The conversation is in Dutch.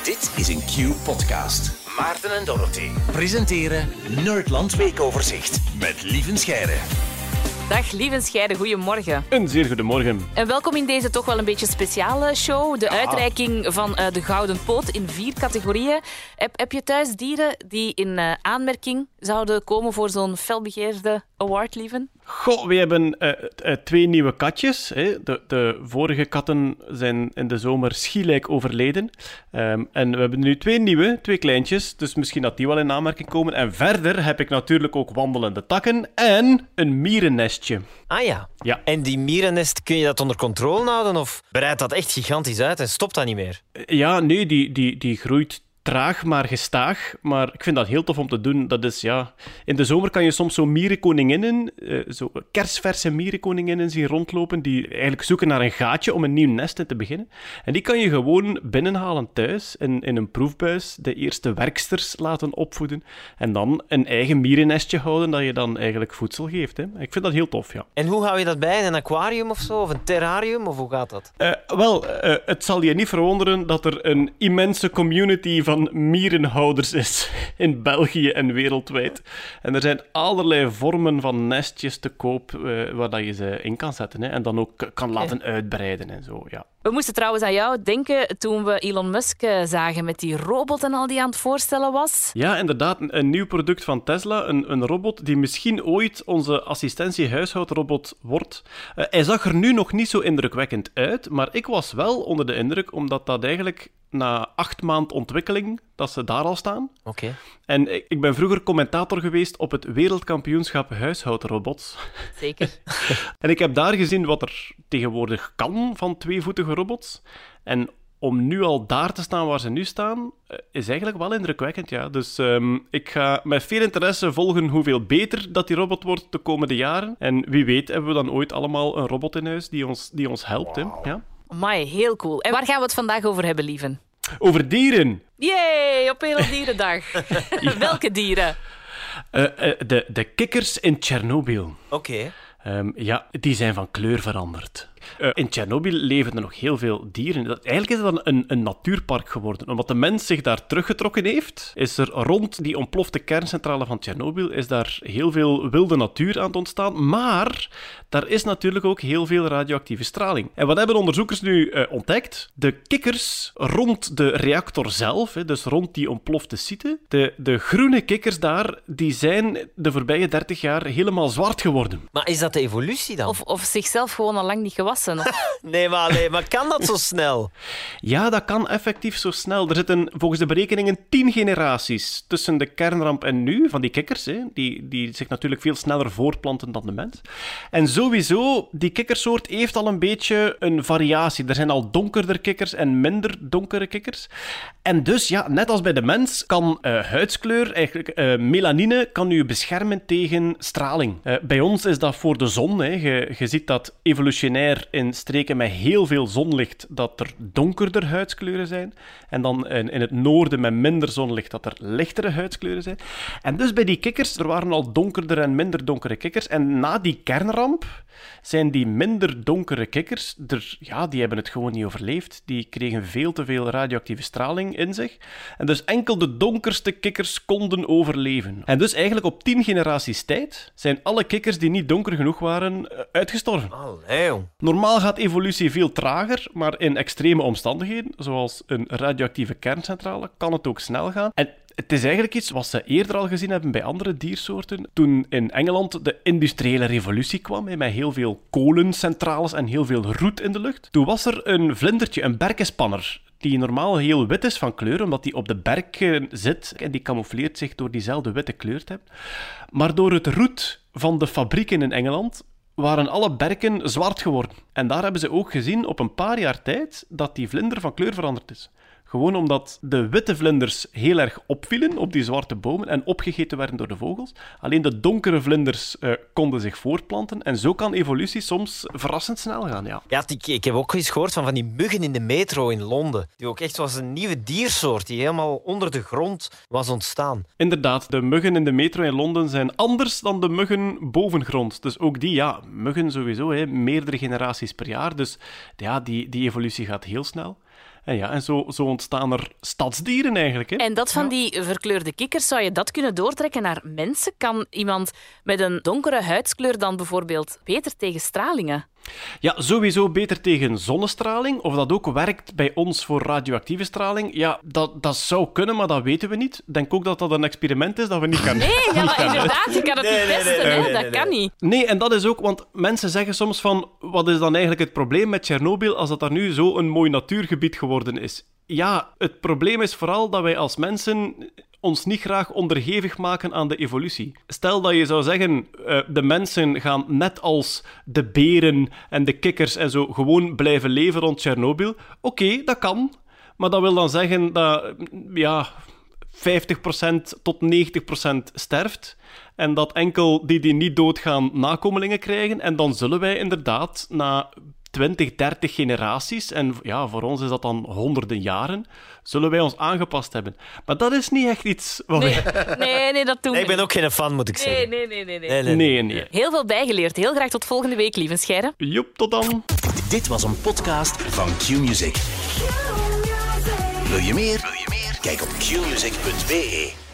Dit is een Q-podcast. Maarten en Dorothee presenteren Nerdland Weekoverzicht met Lieven Scheire. Dag Lieven Scheire, goedemorgen. Een zeer goedemorgen. En welkom in deze toch wel een beetje speciale show. De uitreiking van de Gouden Poot in 4 categorieën. Heb je thuis dieren die in aanmerking zouden komen voor zo'n felbegeerde award, Lieven? Goh, we hebben 2 nieuwe katjes. Hè. De vorige katten zijn in de zomer schielijk overleden. En we hebben nu 2 nieuwe, 2 kleintjes. Dus misschien dat die wel in aanmerking komen. En verder heb ik natuurlijk ook wandelende takken en een mierennestje. Ah ja. Ja. En die mierennest, kun je dat onder controle houden? Of breidt dat echt gigantisch uit en stopt dat niet meer? Ja, nee, die groeit traag, maar gestaag. Maar ik vind dat heel tof om te doen. Dat is, ja... In de zomer kan je soms zo mierenkoninginnen, zo kersverse mierenkoninginnen zien rondlopen, die eigenlijk zoeken naar een gaatje om een nieuw nest in te beginnen. En die kan je gewoon binnenhalen thuis, in een proefbuis, de eerste werksters laten opvoeden en dan een eigen mierennestje houden dat je dan eigenlijk voedsel geeft. Hè. Ik vind dat heel tof, ja. En hoe hou je dat bij? In een aquarium of zo? Of een terrarium? Of hoe gaat dat? Het zal je niet verwonderen dat er een immense community van mierenhouders is in België en wereldwijd. En er zijn allerlei vormen van nestjes te koop waar dat je ze in kan zetten. Hè, en dan ook kan laten uitbreiden en zo, ja. We moesten trouwens aan jou denken toen we Elon Musk zagen met die robot en al die aan het voorstellen was. Ja, inderdaad. Een nieuw product van Tesla. Een robot die misschien ooit onze assistentie-huishoudrobot wordt. Hij zag er nu nog niet zo indrukwekkend uit, maar ik was wel onder de indruk, omdat dat eigenlijk na 8 maanden ontwikkeling, dat ze daar al staan. Oké. En ik ben vroeger commentator geweest op het wereldkampioenschap huishoudrobots. Zeker. En ik heb daar gezien wat er tegenwoordig kan van 2-voetige robots. En om nu al daar te staan waar ze nu staan, is eigenlijk wel indrukwekkend, ja. Dus ik ga met veel interesse volgen hoeveel beter dat die robot wordt de komende jaren. En wie weet hebben we dan ooit allemaal een robot in huis die ons helpt. Wow. Hè? Ja. Amai, heel cool. En waar gaan we het vandaag over hebben, Lieven? Over dieren. Yay, op Werelddierendag. Ja. Welke dieren? De kikkers in Tsjernobyl. Oké. Ja, die zijn van kleur veranderd. In Tsjernobyl leven er nog heel veel dieren. Eigenlijk is het dan een natuurpark geworden. Omdat de mens zich daar teruggetrokken heeft, is er rond die ontplofte kerncentrale van Tsjernobyl is daar heel veel wilde natuur aan het ontstaan. Maar daar is natuurlijk ook heel veel radioactieve straling. En wat hebben onderzoekers nu ontdekt? De kikkers rond de reactor zelf, dus rond die ontplofte site, de groene kikkers daar, die zijn de voorbije 30 jaar helemaal zwart geworden. Maar is dat de evolutie dan? Of zichzelf gewoon al lang niet gewassen? Nee, maar kan dat zo snel? Ja, dat kan effectief zo snel. Er zitten volgens de berekeningen 10 generaties tussen de kernramp en nu, van die kikkers, hè, die zich natuurlijk veel sneller voortplanten dan de mens. En sowieso, die kikkersoort heeft al een beetje een variatie. Er zijn al donkerder kikkers en minder donkere kikkers. En dus, ja, net als bij de mens, kan huidskleur, eigenlijk melanine, kan u beschermen tegen straling. Bij ons is dat voor de zon. Hè. Je ziet dat evolutionair in streken met heel veel zonlicht dat er donkerder huidskleuren zijn. En dan in het noorden met minder zonlicht dat er lichtere huidskleuren zijn. En dus bij die kikkers, er waren al donkerder en minder donkere kikkers. En na die kernramp zijn die minder donkere kikkers, die hebben het gewoon niet overleefd. Die kregen veel te veel radioactieve straling in zich. En dus enkel de donkerste kikkers konden overleven. En dus eigenlijk op 10 generaties tijd zijn alle kikkers die niet donker genoeg waren uitgestorven. Allee, jong. Normaal gaat evolutie veel trager, maar in extreme omstandigheden, zoals een radioactieve kerncentrale, kan het ook snel gaan. En het is eigenlijk iets wat ze eerder al gezien hebben bij andere diersoorten. Toen in Engeland de industriële revolutie kwam, met heel veel kolencentrales en heel veel roet in de lucht. Toen was er een vlindertje, een berkenspanner, die normaal heel wit is van kleur, omdat die op de berk zit en die camoufleert zich door diezelfde witte kleur te hebben. Maar door het roet van de fabrieken in Engeland waren alle berken zwart geworden. En daar hebben ze ook gezien op een paar jaar tijd dat die vlinder van kleur veranderd is. Gewoon omdat de witte vlinders heel erg opvielen op die zwarte bomen en opgegeten werden door de vogels. Alleen de donkere vlinders konden zich voortplanten. En zo kan evolutie soms verrassend snel gaan, ja. Ja, ik heb ook eens gehoord van die muggen in de metro in Londen. Die ook echt was een nieuwe diersoort die helemaal onder de grond was ontstaan. Inderdaad, de muggen in de metro in Londen zijn anders dan de muggen bovengrond. Dus ook die, ja, muggen sowieso, meerdere generaties per jaar. Dus ja, die evolutie gaat heel snel. En zo ontstaan er stadsdieren eigenlijk. Hè? En dat van die verkleurde kikkers, zou je dat kunnen doortrekken naar mensen? Kan iemand met een donkere huidskleur dan bijvoorbeeld beter tegen stralingen? Ja, sowieso beter tegen zonnestraling. Of dat ook werkt bij ons voor radioactieve straling, ja, dat zou kunnen, maar dat weten we niet. Ik denk ook dat dat een experiment is dat we niet gaan doen. Nee, maar inderdaad, je kan het niet testen. Dat kan niet. Nee, en dat is ook, want mensen zeggen soms van, wat is dan eigenlijk het probleem met Tsjernobyl als dat daar nu zo een mooi natuurgebied geworden is? Ja, het probleem is vooral dat wij als mensen ons niet graag onderhevig maken aan de evolutie. Stel dat je zou zeggen, de mensen gaan net als de beren en de kikkers en zo gewoon blijven leven rond Tsjernobyl. Oké, dat kan. Maar dat wil dan zeggen dat 50% tot 90% sterft. En dat enkel die niet doodgaan nakomelingen krijgen. En dan zullen wij inderdaad na 20, 30 generaties, en ja, voor ons is dat dan honderden jaren, zullen wij ons aangepast hebben. Maar dat is niet echt iets wat Nee, dat doen we Ik ben ook geen fan, moet ik zeggen. Nee. Heel veel bijgeleerd. Heel graag tot volgende week, lieve Scheire. Joep, tot dan. Dit was een podcast van Q-Music. Wil je meer? Kijk op qmusic.be.